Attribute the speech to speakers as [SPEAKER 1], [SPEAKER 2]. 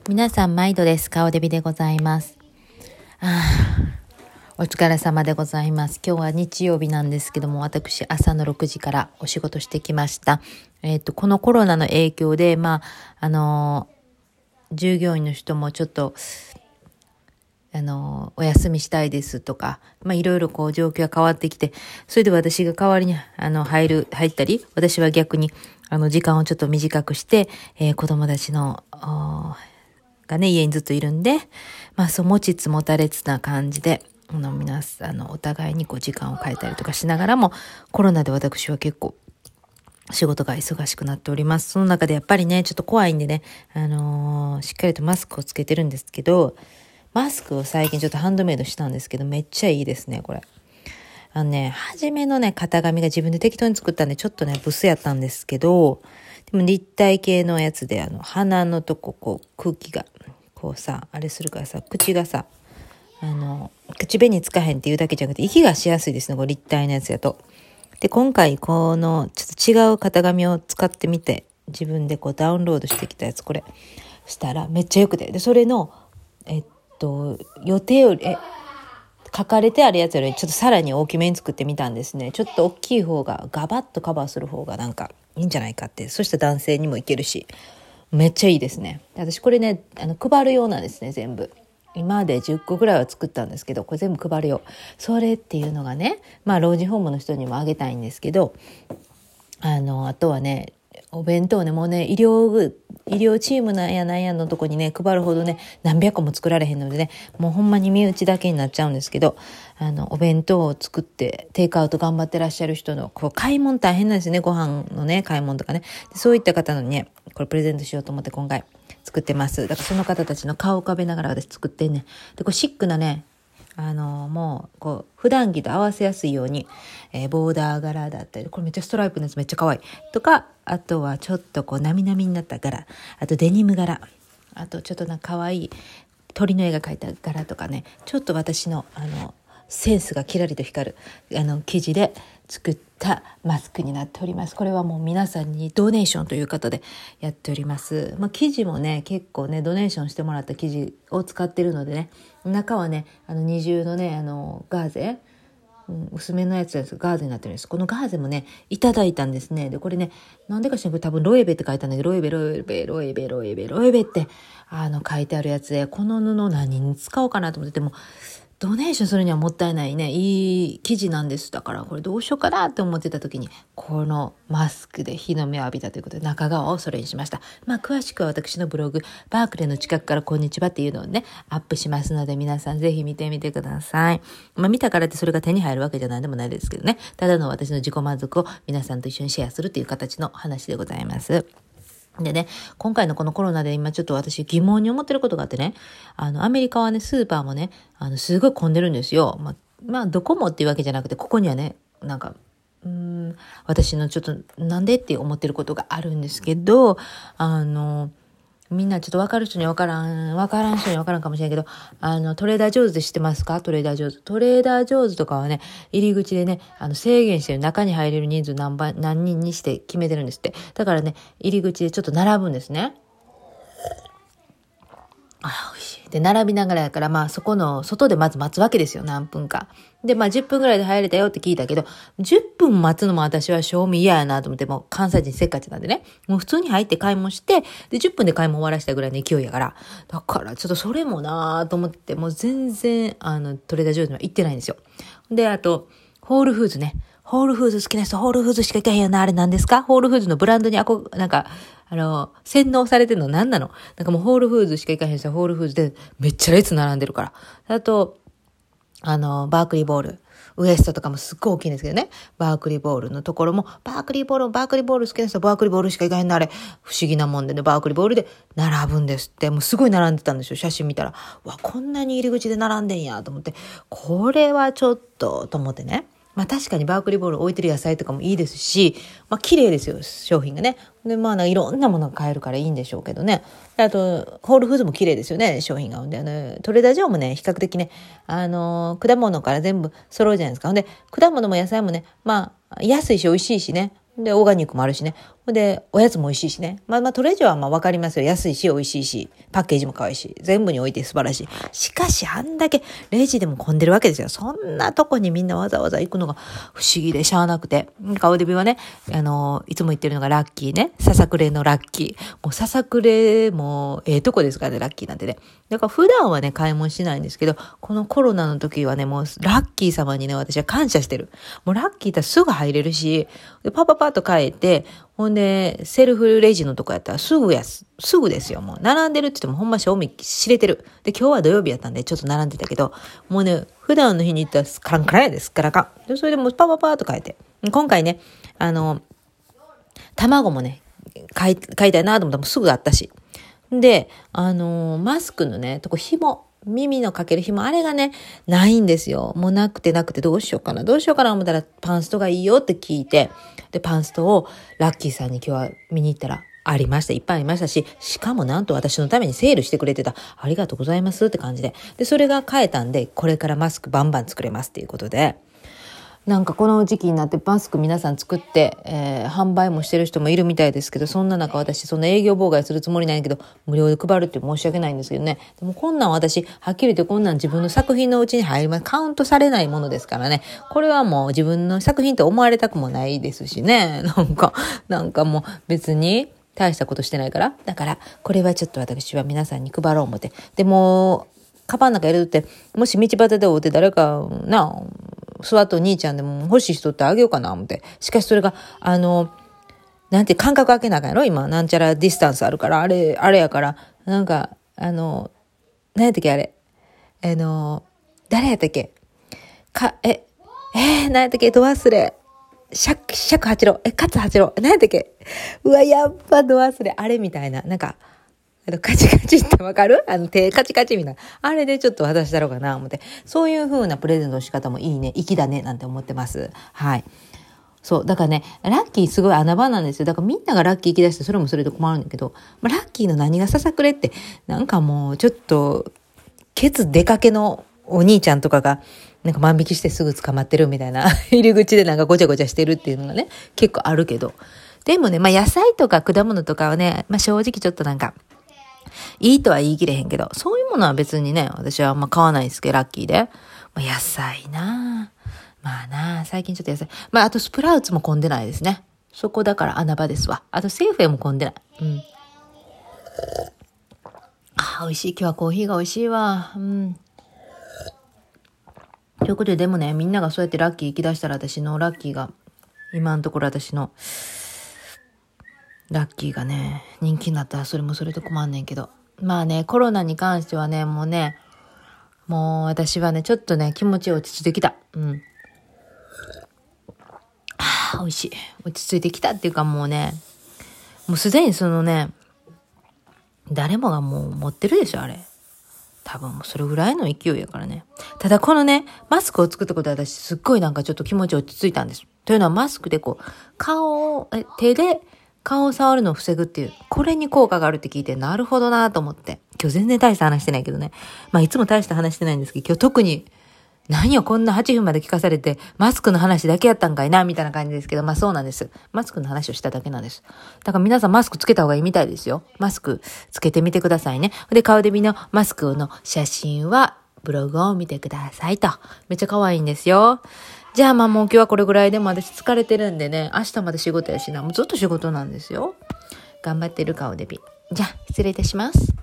[SPEAKER 1] 皆さん毎度です。顔デビでございます。お疲れ様でございます。今日は日曜日なんですけども、私朝の6時からお仕事してきました。このコロナの影響で、従業員の人もちょっとお休みしたいですとか、いろいろ状況が変わってきて、それで私が代わりに入ったり、私は逆に時間をちょっと短くして、子供たちのがね、家にずっといるんで、持ちつ持たれつな感じで、皆さん、お互いに時間を変えたりとかしながらも、コロナで私は結構、仕事が忙しくなっております。その中でやっぱりね、ちょっと怖いんでね、しっかりとマスクをつけてるんですけど、マスクを最近ちょっとハンドメイドしたんですけど、めっちゃいいですね、これ。初めのね、型紙が自分で適当に作ったんで、ちょっとね、ブスやったんですけど、でも立体系のやつで、鼻のとこ、空気が、あれするからさ、口がさ、口紅つかへんっていうだけじゃなくて、息がしやすいですね、これ立体のやつやと。で、今回、ちょっと違う型紙を使ってみて、自分でダウンロードしてきたやつ、これ、したらめっちゃ良くて。で、それの、予定より、書かれてあるやつよりちょっとさらに大きめに作ってみたんですね。ちょっと大きい方がガバッとカバーする方がなんかいいんじゃないかって。そして男性にもいけるし、めっちゃいいですね。私これね、配るようなんですね、全部。今まで10個ぐらいは作ったんですけど、これ全部配るよ。それっていうのがね、老人ホームの人にもあげたいんですけど、あとはね、お弁当ね、もうね、医療チームなんやのとこにね、配るほどね、何百個も作られへんのでね、もうほんまに身内だけになっちゃうんですけど、お弁当を作って、テイクアウト頑張ってらっしゃる人の、買い物大変なんですよね、ご飯のね、買い物とかね。そういった方のね、これプレゼントしようと思って今回作ってます。だからその方たちの顔を浮かべながら私作ってんね。で、シックなね、もう普段着と合わせやすいように、ボーダー柄だったり、これめっちゃストライプのやつめっちゃ可愛いとか、あとはちょっとなみなみになった柄、あとデニム柄、あとちょっと可愛い鳥の絵が描いた柄とかね、ちょっと私のセンスがキラリと光る生地で作ったマスクになっております。これはもう皆さんにドネーションという方でやっております。生地もね、結構ね、ドネーションしてもらった生地を使ってるのでね、中はね、二重のね、ガーゼ、薄めのやつですガーゼになってるんです。このガーゼもね、いただいたんですね。で、これね、なんでかしら、これ多分ロエベって書いたんだけど、ロエベって書いてあるやつで、この布何に使おうかなと思ってても、ドネーションするにはもったいないね、いい生地なんです。だからこれどうしようかなって思ってた時に、このマスクで日の目を浴びたということで、中側をそれにしました。詳しくは私のブログ、バークレーの近くからこんにちはっていうのをね、アップしますので、皆さんぜひ見てみてください。見たからってそれが手に入るわけじゃないでもないですけどね、ただの私の自己満足を皆さんと一緒にシェアするという形の話でございます。でね、今回のこのコロナで今ちょっと私疑問に思ってることがあってね、アメリカはね、スーパーもね、すごい混んでるんですよ。どこもっていうわけじゃなくて、ここにはね、私のちょっとなんでって思ってることがあるんですけど、みんなちょっと分かる人に分からん人に分からんかもしれないけど、トレーダー上手で知ってますか？トレーダー上手。トレーダー上手とかはね、入り口でね、制限してる、中に入れる人数何人にして決めてるんですって。だからね、入り口でちょっと並ぶんですね。美味しい。で、並びながらやから、そこの外でまず待つわけですよ、何分か。で、10分ぐらいで入れたよって聞いたけど、10分待つのも私は賞味嫌やなと思って、もう関西人せっかちなんでね、もう普通に入って買い物して、で、10分で買い物終わらせたぐらいの勢いやから、だからちょっとそれもなと思って、もう全然、トレーダー上手には行ってないんですよ。で、あと、ホールフーズね。ホールフーズ好きな人、ホールフーズしか行かへんよな、あれ何ですか？ホールフーズのブランドに洗脳されてるの何なの？もうホールフーズしか行かへん人はホールフーズでめっちゃ列並んでるから。あと、バークリーボール。ウエストとかもすっごい大きいんですけどね。バークリーボールのところも、バークリーボール好きな人はバークリーボールしか行かへんな、あれ。不思議なもんでね、バークリーボールで並ぶんですって。もうすごい並んでたんですよ、写真見たら。こんなに入り口で並んでんや、と思って。これはちょっと、と思ってね。確かにバークリーボール置いてる野菜とかもいいですし、綺麗ですよ、商品がね。で、いろんなものが買えるからいいんでしょうけどね。あと、ホールフーズも綺麗ですよね、商品が。で、トレーダー上もね、比較的ね、果物から全部揃うじゃないですか。で、果物も野菜もね、安いし美味しいしね。で、オーガニックもあるしね。 で、おやつも美味しいしね。まあトレジョはわかりますよ。安いし美味しいし、パッケージも可愛いし、全部において素晴らしい。しかし、あんだけレジでも混んでるわけですよ。そんなとこにみんなわざわざ行くのが不思議でしゃあなくて。顔デビはね、いつも言ってるのがラッキーね。ささくれのラッキー。もうささくれもとこですからね、ラッキーなんてね。だから普段はね、買い物しないんですけど、このコロナの時はね、もうラッキー様にね、私は感謝してる。もうラッキーってすぐ入れるし、でパパパッと買えて、ほんで、セルフレジのとこやったらすぐですよ。もう並んでるって言ってもほんま賞味知れてる。で、今日は土曜日やったんでちょっと並んでたけど、もうね、普段の日に行ったらカランカランやです。カラカン。で、それでもうパパパーっと買えて。今回ね、卵もね、買いたいなと思ったらもうすぐあったし。で、マスクのね、耳のかける紐、あれがね、ないんですよ。もうなくてどうしようかな思ったらパンストがいいよって聞いて、で、パンストをラッキーさんに今日は見に行ったらありました。いっぱいありましたし、しかもなんと私のためにセールしてくれてた。ありがとうございますって感じで。で、それが買えたんで、これからマスクバンバン作れますっていうことで、なんかこの時期になってマスク皆さん作って、販売もしてる人もいるみたいですけど、そんな中私そんな営業妨害するつもりないけど、無料で配るって申し訳ないんですけどね。でもこんなん私、はっきり言ってこんなん自分の作品のうちに入ります。カウントされないものですからね。これはもう自分の作品と思われたくもないですしね。なんかもう別に大したことしてないから。だから、これはちょっと私は皆さんに配ろう思って。でも、カバンの中入れるって、もし道端で会うて誰かスワット兄ちゃんでも欲しい人ってあげようかな思って。しかしそれが、なんて間隔空けなあかんやろ今、なんちゃらディスタンスあるから、あれやから、なんか、何やったっけあれ。誰やったっけ何やったっけド忘れ。尺八郎。勝八郎。何やったっけうわ、やっぱド忘れ。あれみたいな。なんか、カチカチってわかる手カチカチみたいな。あれでちょっと渡したろうかな思って。そういう風なプレゼントの仕方もいいね。粋だね。なんて思ってます。はい。そう。だからね、ラッキーすごい穴場なんですよ。だからみんながラッキー行き出してそれもそれで困るんだけど、ラッキーの何がささくれって、なんかもうちょっと、ケツ出かけのお兄ちゃんとかが、なんか万引きしてすぐ捕まってるみたいな、入り口でなんかごちゃごちゃしてるっていうのがね、結構あるけど。でもね、野菜とか果物とかはね、正直ちょっとなんか、いいとは言い切れへんけど、そういうものは別にね、私はあんま買わないですけど、ラッキーで。野菜な最近ちょっと野菜。あとスプラウツも混んでないですね。そこだから穴場ですわ。あとセーフェも混んでない。うん。美味しい。今日はコーヒーが美味しいわ。うん。ということで、でもね、みんながそうやってラッキー行き出したら私のラッキーが、今のところ私の、ラッキーがね、人気になったらそれもそれで困んねんけど。コロナに関してはね、もう私はね、ちょっとね、気持ち落ち着いてきた。うん。美味しい。落ち着いてきたっていうかもうすでにそのね、誰もがもう持ってるでしょ、あれ。多分もうそれぐらいの勢いやからね。ただこのね、マスクを作ったことで私すっごいなんかちょっと気持ち落ち着いたんです。というのはマスクで手で顔を触るのを防ぐっていう、これに効果があるって聞いて、なるほどなと思って。今日全然大した話してないけどね。いつも大した話してないんですけど、今日特に、何よこんな8分まで聞かされて、マスクの話だけやったんかいな、みたいな感じですけど、そうなんです。マスクの話をしただけなんです。だから皆さんマスクつけた方がいいみたいですよ。マスクつけてみてくださいね。で、顔デビのマスクの写真は、ブログを見てくださいと。めっちゃ可愛いんですよ。じゃあもう今日はこれぐらいでも私疲れてるんでね、明日まで仕事やしな、もうずっと仕事なんですよ。頑張ってる顔デビ。じゃあ失礼いたします。